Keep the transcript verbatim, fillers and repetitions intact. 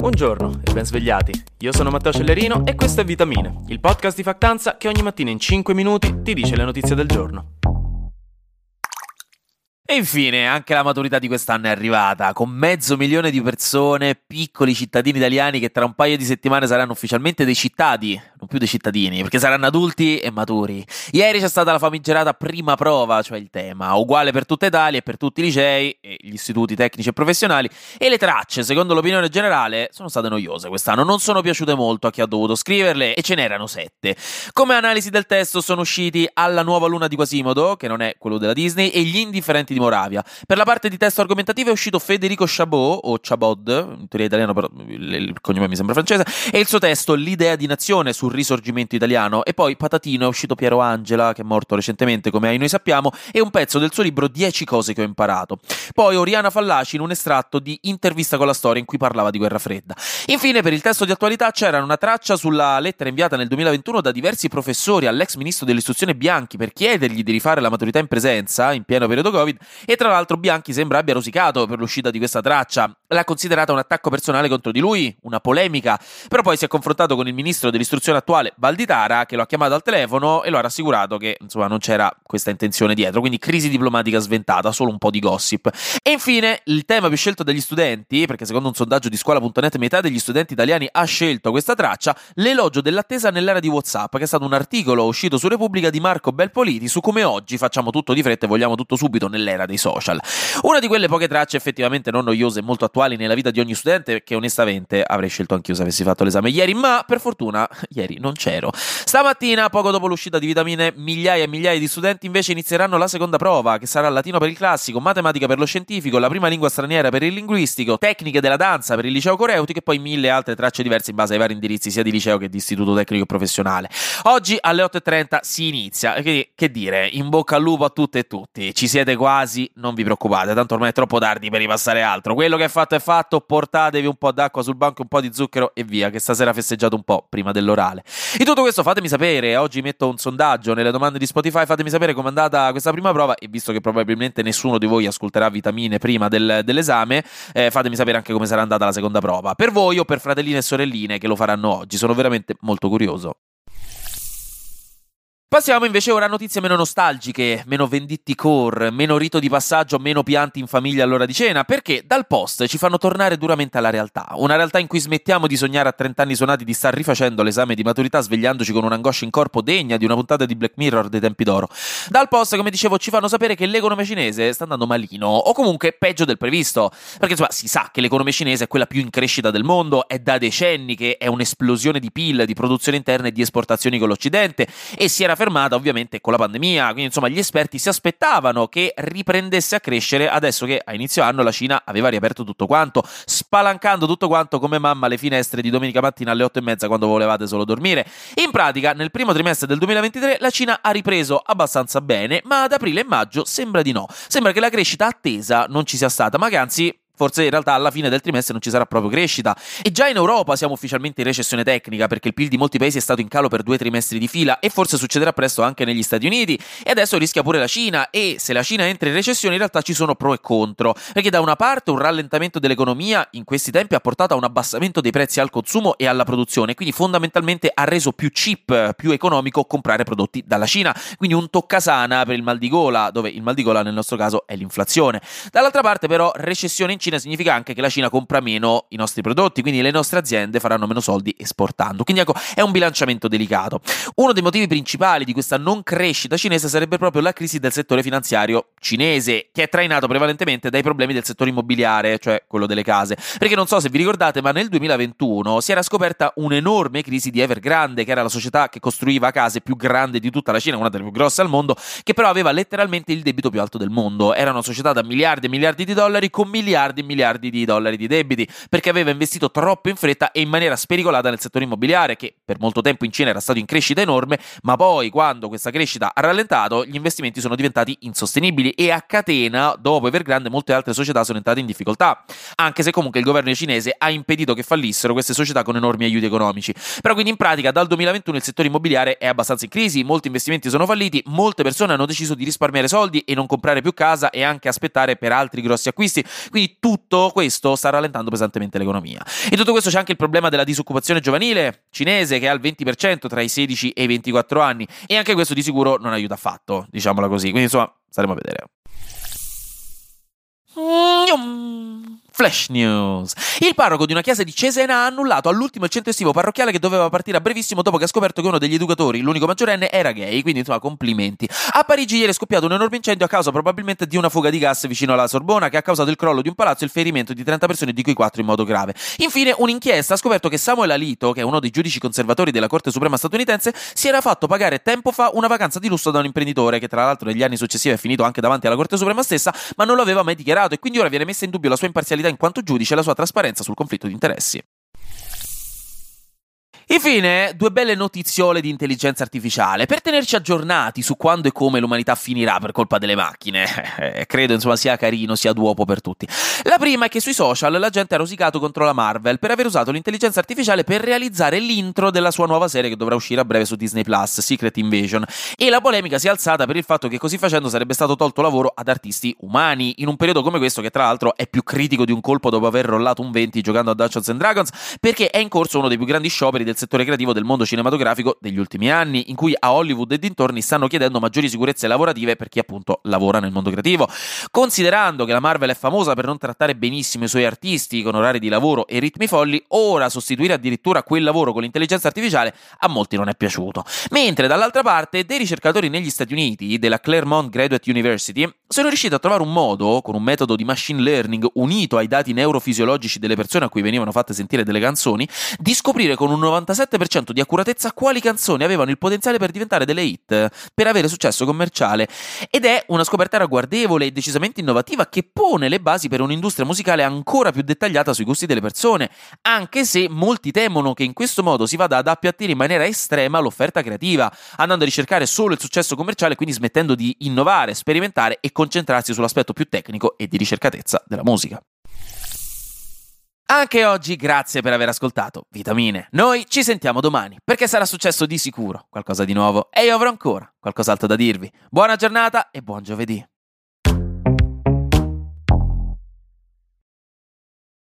Buongiorno e ben svegliati. Io sono Matteo Cellerino e questo è Vitamine, il podcast di Factanza che ogni mattina in cinque minuti ti dice le notizie del giorno. E infine anche la maturità di quest'anno è arrivata, con mezzo milione di persone, piccoli cittadini italiani che tra un paio di settimane saranno ufficialmente dei cittadi, non più dei cittadini, perché saranno adulti e maturi. Ieri c'è stata la famigerata prima prova, cioè il tema, uguale per tutta Italia e per tutti i licei e gli istituti tecnici e professionali, e le tracce, secondo l'opinione generale, sono state noiose quest'anno, non sono piaciute molto a chi ha dovuto scriverle e ce n'erano sette. Come analisi del testo sono usciti Alla nuova luna di Quasimodo, che non è quello della Disney, e Gli indifferenti di Moravia. Per la parte di testo argomentativo è uscito Federico Chabot, o Chabod, in teoria italiano però il cognome mi sembra francese, e il suo testo L'idea di nazione sul risorgimento italiano, e poi patatino è uscito Piero Angela, che è morto recentemente come noi sappiamo, e un pezzo del suo libro dieci cose che ho imparato. Poi Oriana Fallaci in un estratto di Intervista con la storia in cui parlava di guerra fredda. Infine per il testo di attualità c'era una traccia sulla lettera inviata nel duemilaventuno da diversi professori all'ex ministro dell'istruzione Bianchi per chiedergli di rifare la maturità in presenza in pieno periodo Covid, e tra l'altro Bianchi sembra abbia rosicato per l'uscita di questa traccia. L'ha considerata un attacco personale contro di lui, una polemica, però poi si è confrontato con il ministro dell'istruzione attuale Valditara, che lo ha chiamato al telefono e lo ha rassicurato che insomma non c'era questa intenzione dietro, quindi crisi diplomatica sventata, solo un po' di gossip. E infine il tema più scelto dagli studenti, perché secondo un sondaggio di scuola punto net metà degli studenti italiani ha scelto questa traccia, l'elogio dell'attesa nell'era di WhatsApp, che è stato un articolo uscito su Repubblica di Marco Belpoliti su come oggi facciamo tutto di fretta e vogliamo tutto subito nell'era dei social. Una di quelle poche tracce effettivamente non noiose e molto attuali nella vita di ogni studente, che onestamente avrei scelto anch'io se avessi fatto l'esame ieri, ma per fortuna ieri non c'ero. Stamattina, poco dopo l'uscita di Vitamine, migliaia e migliaia di studenti invece inizieranno la seconda prova, che sarà latino per il classico, matematica per lo scientifico, la prima lingua straniera per il linguistico, tecniche della danza per il liceo coreutico e poi mille altre tracce diverse in base ai vari indirizzi sia di liceo che di istituto tecnico professionale. Oggi alle otto e trenta si inizia, che, che dire, in bocca al lupo a tutte e tutti, ci siete quasi, non vi preoccupate, tanto ormai è troppo tardi per ripassare altro, quello che è fatto è fatto, portatevi un po' d'acqua sul banco, un po' di zucchero e via, che stasera festeggiate un po' prima dell'orale. In tutto questo fatemi sapere, oggi metto un sondaggio nelle domande di Spotify, fatemi sapere com'è andata questa prima prova, e visto che probabilmente nessuno di voi ascolterà Vitamine prima del, dell'esame, eh, fatemi sapere anche come sarà andata la seconda prova, per voi o per fratellini e sorelline che lo faranno oggi, sono veramente molto curioso. Passiamo invece ora a notizie meno nostalgiche, meno venditti core, meno rito di passaggio, meno pianti in famiglia all'ora di cena, perché dal post ci fanno tornare duramente alla realtà, una realtà in cui smettiamo di sognare a trenta anni suonati di star rifacendo l'esame di maturità svegliandoci con un'angoscia in corpo degna di una puntata di Black Mirror dei tempi d'oro. Dal post, come dicevo, ci fanno sapere che l'economia cinese sta andando malino, o comunque peggio del previsto, perché insomma si sa che l'economia cinese è quella più in crescita del mondo, è da decenni che è un'esplosione di P I L, di produzione interna e di esportazioni con l'Occidente, e si era fermata ovviamente con la pandemia, quindi insomma gli esperti si aspettavano che riprendesse a crescere adesso che a inizio anno la Cina aveva riaperto tutto quanto, spalancando tutto quanto come mamma le finestre di domenica mattina alle otto e mezza quando volevate solo dormire. In pratica nel primo trimestre del duemilaventitré la Cina ha ripreso abbastanza bene, ma ad aprile e maggio sembra di no, sembra che la crescita attesa non ci sia stata, ma che anzi forse in realtà alla fine del trimestre non ci sarà proprio crescita. E già in Europa siamo ufficialmente in recessione tecnica, perché il P I L di molti paesi è stato in calo per due trimestri di fila, e forse succederà presto anche negli Stati Uniti, e adesso rischia pure la Cina. E se la Cina entra in recessione in realtà ci sono pro e contro, perché da una parte un rallentamento dell'economia in questi tempi ha portato a un abbassamento dei prezzi al consumo e alla produzione, quindi fondamentalmente ha reso più cheap, più economico comprare prodotti dalla Cina, quindi un toccasana per il mal di gola, dove il mal di gola nel nostro caso è l'inflazione. Dall'altra parte però recessione in Cina significa anche che la Cina compra meno i nostri prodotti, quindi le nostre aziende faranno meno soldi esportando, quindi ecco è un bilanciamento delicato. Uno dei motivi principali di questa non crescita cinese sarebbe proprio la crisi del settore finanziario cinese, che è trainato prevalentemente dai problemi del settore immobiliare, cioè quello delle case, perché non so se vi ricordate ma nel duemilaventuno si era scoperta un'enorme crisi di Evergrande, che era la società che costruiva case più grande di tutta la Cina, una delle più grosse al mondo, che però aveva letteralmente il debito più alto del mondo. Era una società da miliardi e miliardi di dollari con miliardi e miliardi di dollari di debiti, perché aveva investito troppo in fretta e in maniera spericolata nel settore immobiliare, che per molto tempo in Cina era stato in crescita enorme, ma poi quando questa crescita ha rallentato gli investimenti sono diventati insostenibili e a catena dopo Evergrande molte altre società sono entrate in difficoltà, anche se comunque il governo cinese ha impedito che fallissero queste società con enormi aiuti economici. Però quindi in pratica dal duemilaventuno il settore immobiliare è abbastanza in crisi, molti investimenti sono falliti, molte persone hanno deciso di risparmiare soldi e non comprare più casa e anche aspettare per altri grossi acquisti, quindi tutto questo sta rallentando pesantemente l'economia. In tutto questo c'è anche il problema della disoccupazione giovanile cinese, che è al venti per cento tra i sedici e i ventiquattro anni, e anche questo di sicuro non aiuta affatto, diciamola così. Quindi insomma staremo a vedere. Flash News. Il parroco di una chiesa di Cesena ha annullato all'ultimo il centro estivo parrocchiale che doveva partire a brevissimo dopo che ha scoperto che uno degli educatori, l'unico maggiorenne, era gay, quindi insomma complimenti. A Parigi ieri è scoppiato un enorme incendio a causa probabilmente di una fuga di gas vicino alla Sorbona che ha causato il crollo di un palazzo e il ferimento di trenta persone, di cui quattro in modo grave. Infine un'inchiesta ha scoperto che Samuel Alito, che è uno dei giudici conservatori della Corte Suprema statunitense, si era fatto pagare tempo fa una vacanza di lusso da un imprenditore che tra l'altro negli anni successivi è finito anche davanti alla Corte Suprema stessa, ma non lo aveva mai dichiarato, e quindi ora viene messa in dubbio la sua imparzialità in quanto giudice e la sua trasparenza sul conflitto di interessi. Infine, due belle notiziole di intelligenza artificiale per tenerci aggiornati su quando e come l'umanità finirà per colpa delle macchine. Eh, credo insomma sia carino, sia d'uopo per tutti. La prima è che sui social la gente ha rosicato contro la Marvel per aver usato l'intelligenza artificiale per realizzare l'intro della sua nuova serie che dovrà uscire a breve su Disney Plus, Secret Invasion, e la polemica si è alzata per il fatto che così facendo sarebbe stato tolto lavoro ad artisti umani, in un periodo come questo che tra l'altro è più critico di un colpo dopo aver rollato un venti giocando a Dungeons and Dragons, perché è in corso uno dei più grandi scioperi del settore creativo del mondo cinematografico degli ultimi anni, in cui a Hollywood e dintorni stanno chiedendo maggiori sicurezze lavorative per chi appunto lavora nel mondo creativo. Considerando che la Marvel è famosa per non trattare benissimo i suoi artisti con orari di lavoro e ritmi folli, ora sostituire addirittura quel lavoro con l'intelligenza artificiale a molti non è piaciuto. Mentre dall'altra parte dei ricercatori negli Stati Uniti della Claremont Graduate University sono riusciti a trovare un modo, con un metodo di machine learning unito ai dati neurofisiologici delle persone a cui venivano fatte sentire delle canzoni, di scoprire con un novantasette per cento di accuratezza quali canzoni avevano il potenziale per diventare delle hit, per avere successo commerciale. Ed è una scoperta ragguardevole e decisamente innovativa che pone le basi per un'industria musicale ancora più dettagliata sui gusti delle persone, anche se molti temono che in questo modo si vada ad appiattire in maniera estrema l'offerta creativa, andando a ricercare solo il successo commerciale, quindi smettendo di innovare, sperimentare e concentrarsi sull'aspetto più tecnico e di ricercatezza della musica. Anche oggi grazie per aver ascoltato Vitamine. Noi ci sentiamo domani, perché sarà successo di sicuro qualcosa di nuovo e io avrò ancora qualcos'altro da dirvi. Buona giornata e buon giovedì.